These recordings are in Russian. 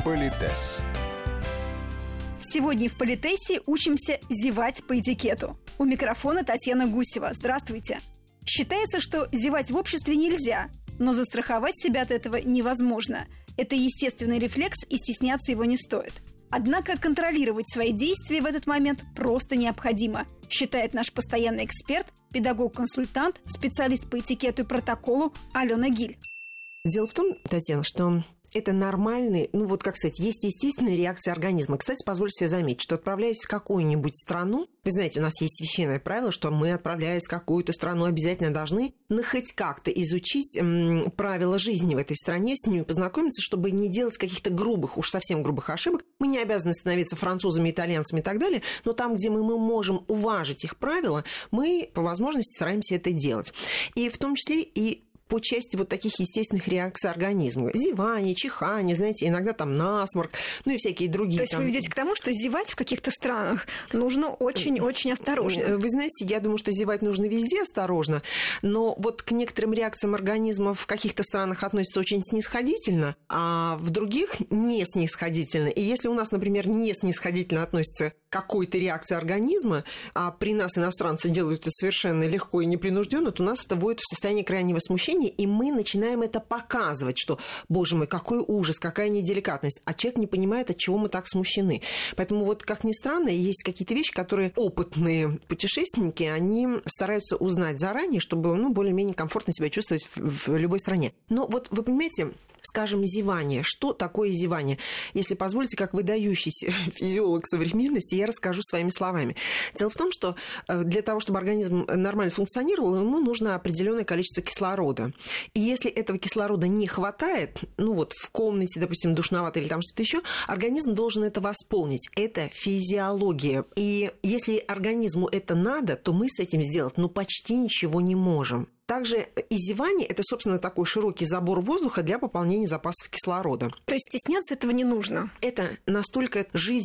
Политес. Сегодня в Политесе учимся зевать по этикету. У микрофона Татьяна Гусева. Здравствуйте. Считается, что зевать в обществе нельзя, но застраховать себя от этого невозможно. Это естественный рефлекс, и стесняться его не стоит. Однако контролировать свои действия в этот момент просто необходимо, считает наш постоянный эксперт, педагог-консультант, специалист по этикету и протоколу Алена Гиль. Дело в том, Татьяна, что это нормальный, есть естественная реакция организма. Кстати, позвольте себе заметить, что отправляясь в какую-нибудь страну, вы знаете, у нас есть священное правило, что мы, отправляясь в какую-то страну, обязательно должны хоть как-то изучить правила жизни в этой стране, с ними познакомиться, чтобы не делать каких-то совсем грубых ошибок. Мы не обязаны становиться французами, итальянцами и так далее, но там, где мы можем уважить их правила, мы по возможности стараемся это делать. И в том числе и по части таких естественных реакций организма. Зевание, чихание, знаете, иногда там насморк, и всякие другие. То есть вы ведете к тому, что зевать в каких-то странах нужно очень-очень осторожно? Вы знаете, я думаю, что зевать нужно везде осторожно, но к некоторым реакциям организма в каких-то странах относятся очень снисходительно, а в других не снисходительно. И если у нас, например, не снисходительно относится к какой-то реакции организма, а при нас иностранцы делают это совершенно легко и непринужденно, то нас это вводит в состояние крайнего смущения, и мы начинаем это показывать, что, боже мой, какой ужас, какая неделикатность, а человек не понимает, от чего мы так смущены. Поэтому как ни странно, есть какие-то вещи, которые опытные путешественники, они стараются узнать заранее, чтобы более-менее комфортно себя чувствовать в любой стране. Но вы понимаете, скажем, зевание. Что такое зевание? Если позволите, как выдающийся физиолог современности, я расскажу своими словами. Дело в том, что для того, чтобы организм нормально функционировал, ему нужно определенное количество кислорода. И если этого кислорода не хватает, в комнате, допустим, душновато или там что-то еще, организм должен это восполнить. Это физиология. И если организму это надо, то мы с этим сделать почти ничего не можем. Также и зевание – это, собственно, такой широкий забор воздуха для пополнения запасов кислорода. То есть стесняться этого не нужно? Это настолько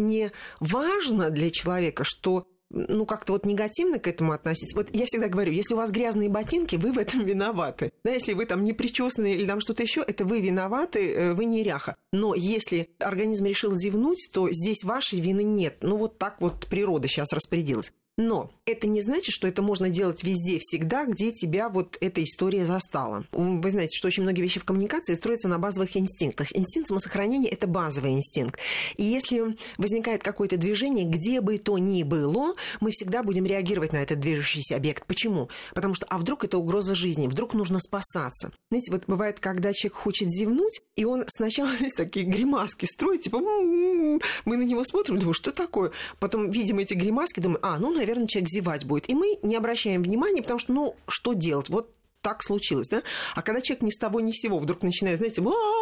жизневажно для человека, что как-то негативно к этому относиться. Я всегда говорю, если у вас грязные ботинки, вы в этом виноваты. Если вы там не причесанные или там что-то еще, это вы виноваты, вы неряха. Но если организм решил зевнуть, то здесь вашей вины нет. Так природа сейчас распорядилась. Но это не значит, что это можно делать везде, всегда, где тебя эта история застала. Вы знаете, что очень многие вещи в коммуникации строятся на базовых инстинктах. Инстинкт самосохранения – это базовый инстинкт. И если возникает какое-то движение, где бы то ни было, мы всегда будем реагировать на этот движущийся объект. Почему? Потому что, вдруг это угроза жизни, вдруг нужно спасаться. Знаете, бывает, когда человек хочет зевнуть, и он сначала, такие гримаски строит, мы на него смотрим, думаем, что такое? Потом видим эти гримаски, думаем, наверное, человек зевать будет. И мы не обращаем внимания, потому что, что делать? Так случилось, да? А когда человек ни с того ни с сего вдруг начинает, знаете,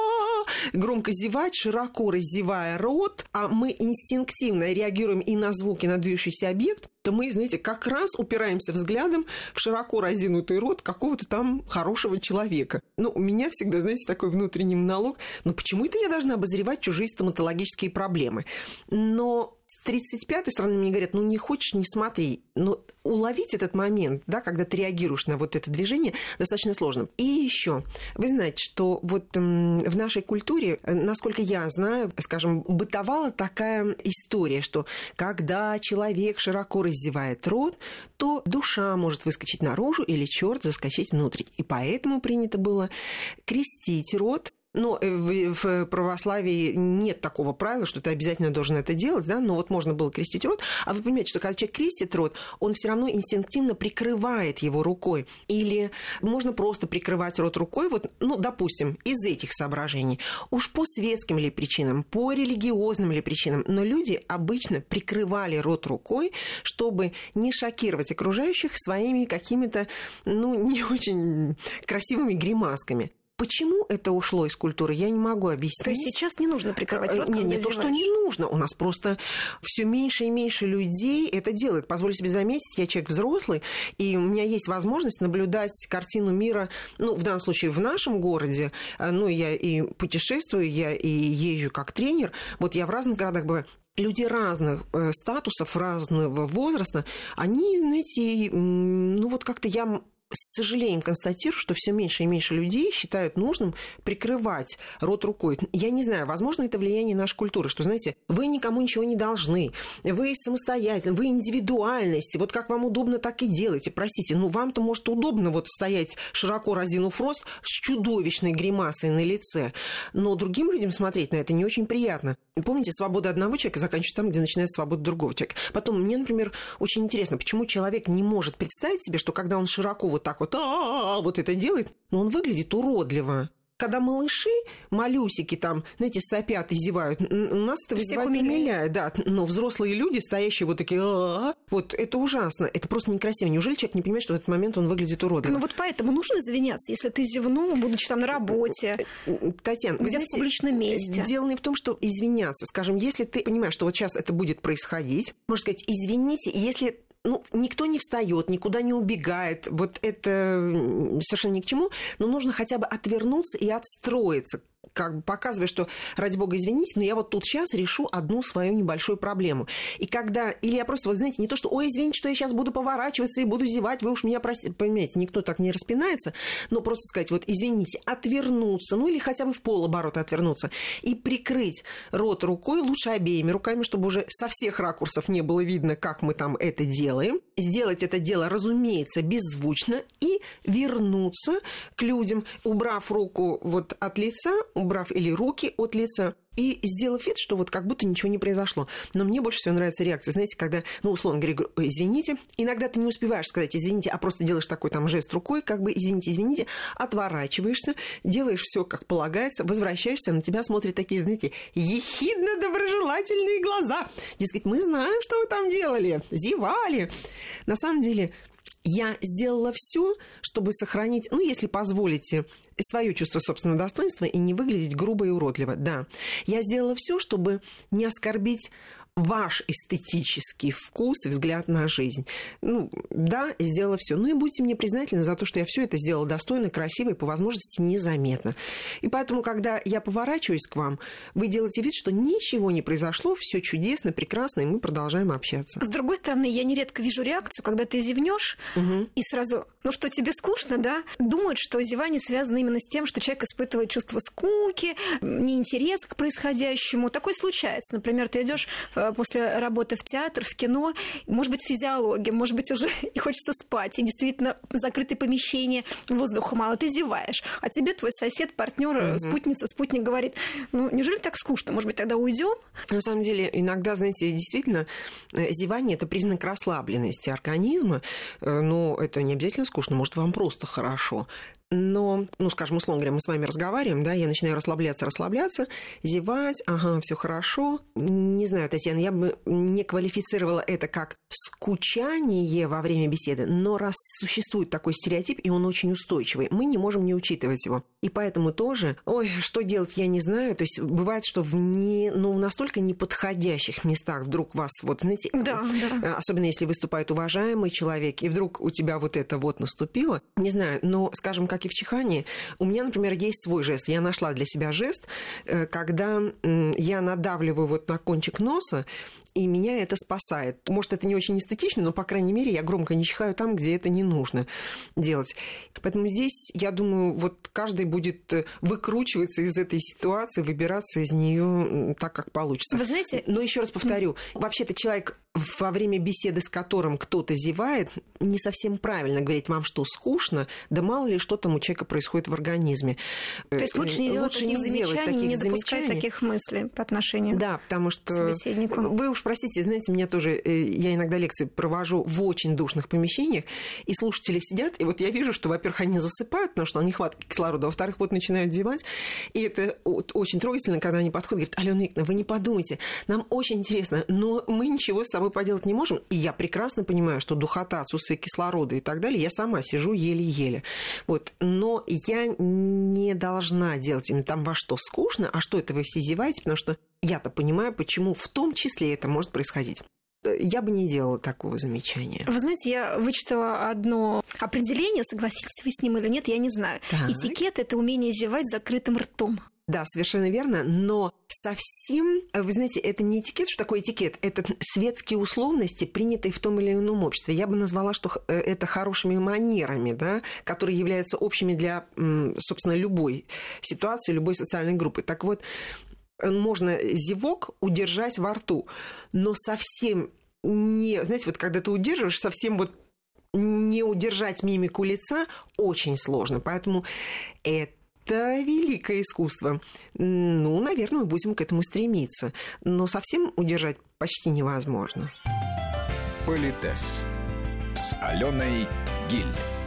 громко зевать, широко раздевая рот, а мы инстинктивно реагируем и на звуки, на движущийся объект, то мы, знаете, как раз упираемся взглядом в широко разинутый рот какого-то там хорошего человека. У меня всегда, знаете, такой внутренний монолог, почему это я должна обозревать чужие стоматологические проблемы? Но с 35-й стороны мне говорят, не хочешь, не смотри. Но уловить этот момент, да, когда ты реагируешь на это движение, достаточно сложно. И еще, вы знаете, что в нашей культуре, насколько я знаю, скажем, бытовала такая история, что когда человек широко раздевает рот, то душа может выскочить наружу или черт заскочить внутрь. И поэтому принято было крестить рот. Но в православии нет такого правила, что ты обязательно должен это делать, да, но можно было крестить рот. А вы понимаете, что когда человек крестит рот, он все равно инстинктивно прикрывает его рукой. Или можно просто прикрывать рот рукой, допустим, из этих соображений. Уж по светским ли причинам, по религиозным ли причинам, но люди обычно прикрывали рот рукой, чтобы не шокировать окружающих своими какими-то, не очень красивыми гримасками. Почему это ушло из культуры, я не могу объяснить. То есть сейчас не нужно прикрывать рот, не то, что не нужно. У нас просто все меньше и меньше людей это делают. Позволю себе заметить, я человек взрослый, и у меня есть возможность наблюдать картину мира, в данном случае в нашем городе. Я и путешествую, я и езжу как тренер. Я в разных городах бываю. Люди разных статусов, разного возраста, они, знаете, как-то я с сожалением констатирую, что все меньше и меньше людей считают нужным прикрывать рот рукой. Я не знаю, возможно, это влияние нашей культуры, что, знаете, вы никому ничего не должны, вы самостоятельны, вы индивидуальность, вот как вам удобно, так и делайте. Простите, вам-то, может, удобно вот стоять широко разинув рот с чудовищной гримасой на лице, но другим людям смотреть на это не очень приятно. И помните, свобода одного человека заканчивается там, где начинается свобода другого человека. Потом, мне, например, очень интересно, почему человек не может представить себе, что когда он широко вот так вот это делает, но он выглядит уродливо. Когда малыши, малюсики там, знаете, сопят и зевают, у нас это вызывает умиляет, да. Но взрослые люди, стоящие вот такие, вот это ужасно, это просто некрасиво. Неужели человек не понимает, что в этот момент он выглядит уродливо? Ну вот поэтому нужно извиняться, если ты зевнул, будучи там на работе, Татьяна, где-то в публичном месте. Дело не в том, что извиняться. Скажем, если ты понимаешь, что вот сейчас это будет происходить, можно сказать, извините, если... никто не встает, никуда не убегает. Вот это совершенно ни к чему. Но нужно хотя бы отвернуться и отстроиться, как бы показывая, что, ради бога, извините, но я вот тут сейчас решу одну свою небольшую проблему. И когда... Или я просто, вот знаете, не то, что, ой, извините, что я сейчас буду поворачиваться и буду зевать, вы уж меня простите. Понимаете, никто так не распинается, но просто сказать, вот, извините, отвернуться, или хотя бы в полоборота отвернуться, и прикрыть рот рукой, лучше обеими руками, чтобы уже со всех ракурсов не было видно, как мы там это делаем. Сделать это дело, разумеется, беззвучно и вернуться к людям, убрав руку вот от лица, убрав или руки от лица, и сделав вид, что вот как будто ничего не произошло. Но мне больше всего нравится реакция, знаете, когда, условно говоря, извините, иногда ты не успеваешь сказать извините, а просто делаешь такой там жест рукой, как бы извините, отворачиваешься, делаешь все как полагается, возвращаешься, на тебя смотрят такие, знаете, ехидно-доброжелательные глаза. Дескать, мы знаем, что вы там делали, зевали. На самом деле... Я сделала все, чтобы сохранить, если позволите, свое чувство собственного достоинства и не выглядеть грубо и уродливо. Да, я сделала все, чтобы не оскорбить ваш эстетический вкус и взгляд на жизнь. Да, сделала все. И будьте мне признательны за то, что я все это сделала достойно, красиво и, по возможности, незаметно. И поэтому, когда я поворачиваюсь к вам, вы делаете вид, что ничего не произошло, все чудесно, прекрасно, и мы продолжаем общаться. С другой стороны, я нередко вижу реакцию, когда ты зевнешь и сразу, что тебе скучно, да? Думают, что зевание связано именно с тем, что человек испытывает чувство скуки, неинтерес к происходящему. Такое случается. Например, ты идешь после работы в театр, в кино, может быть, физиология, может быть, уже и хочется спать, и действительно закрытые помещения, воздуха мало, ты зеваешь, а тебе твой сосед, партнер, спутница, спутник говорит, неужели так скучно, может быть, тогда уйдем? На самом деле, иногда, знаете, действительно, зевание – это признак расслабленности организма, но это не обязательно скучно, может, вам просто хорошо. Но, скажем, условно говоря, мы с вами разговариваем, да, я начинаю расслабляться, зевать, все хорошо. Не знаю, Татьяна, я бы не квалифицировала это как скучание во время беседы, но раз существует такой стереотип, и он очень устойчивый, мы не можем не учитывать его. И поэтому тоже, что делать, я не знаю. То есть бывает, что в настолько неподходящих местах вдруг вас, знаете, особенно если выступает уважаемый человек, и вдруг у тебя вот это вот наступило, не знаю, но, скажем, как и в чихании, у меня, например, есть свой жест. Я нашла для себя жест, когда я надавливаю вот на кончик носа, и меня это спасает. Может, это не очень эстетично, но, по крайней мере, я громко не чихаю там, где это не нужно делать. Поэтому здесь, я думаю, вот каждый будет выкручиваться из этой ситуации, выбираться из нее так, как получится. Вы знаете... Но еще раз повторю, вообще-то человек, во время беседы с которым кто-то зевает, не совсем правильно говорить, вам что, скучно? Да мало ли, что там у человека происходит в организме. То есть лучше не делать таких замечаний, не допускать таких мыслей по отношению потому что к собеседнику. Вы уж простите, знаете, меня тоже... Я иногда лекции провожу в очень душных помещениях, и слушатели сидят, и вот я вижу, что, во-первых, они засыпают, потому что нехватка кислорода, во-вторых, вот начинают зевать, и это очень трогательно, когда они подходят и говорят: Алена Викторовна, вы не подумайте, нам очень интересно, но мы ничего с собой поделать не можем, и я прекрасно понимаю, что духота, отсутствие кислорода и так далее, я сама сижу еле-еле. Но я не должна делать именно там во что скучно, а что это вы все зеваете, потому что я-то понимаю, почему в том числе это может происходить. Я бы не делала такого замечания. Вы знаете, я вычитала одно определение, согласитесь вы с ним или нет, я не знаю. Так. Этикет – это умение зевать с закрытым ртом. Да, совершенно верно, но совсем, вы знаете, это не этикет. Что такое этикет? Это светские условности, принятые в том или ином обществе. Я бы назвала, что это хорошими манерами, да, которые являются общими для, собственно, любой ситуации, любой социальной группы. Так вот, можно зевок удержать во рту, но совсем не... Знаете, вот когда ты удерживаешь, совсем вот не удержать мимику лица очень сложно. Поэтому это великое искусство. Ну, наверное, мы будем к этому стремиться. Но совсем удержать почти невозможно. Политес с Аленой Гиль.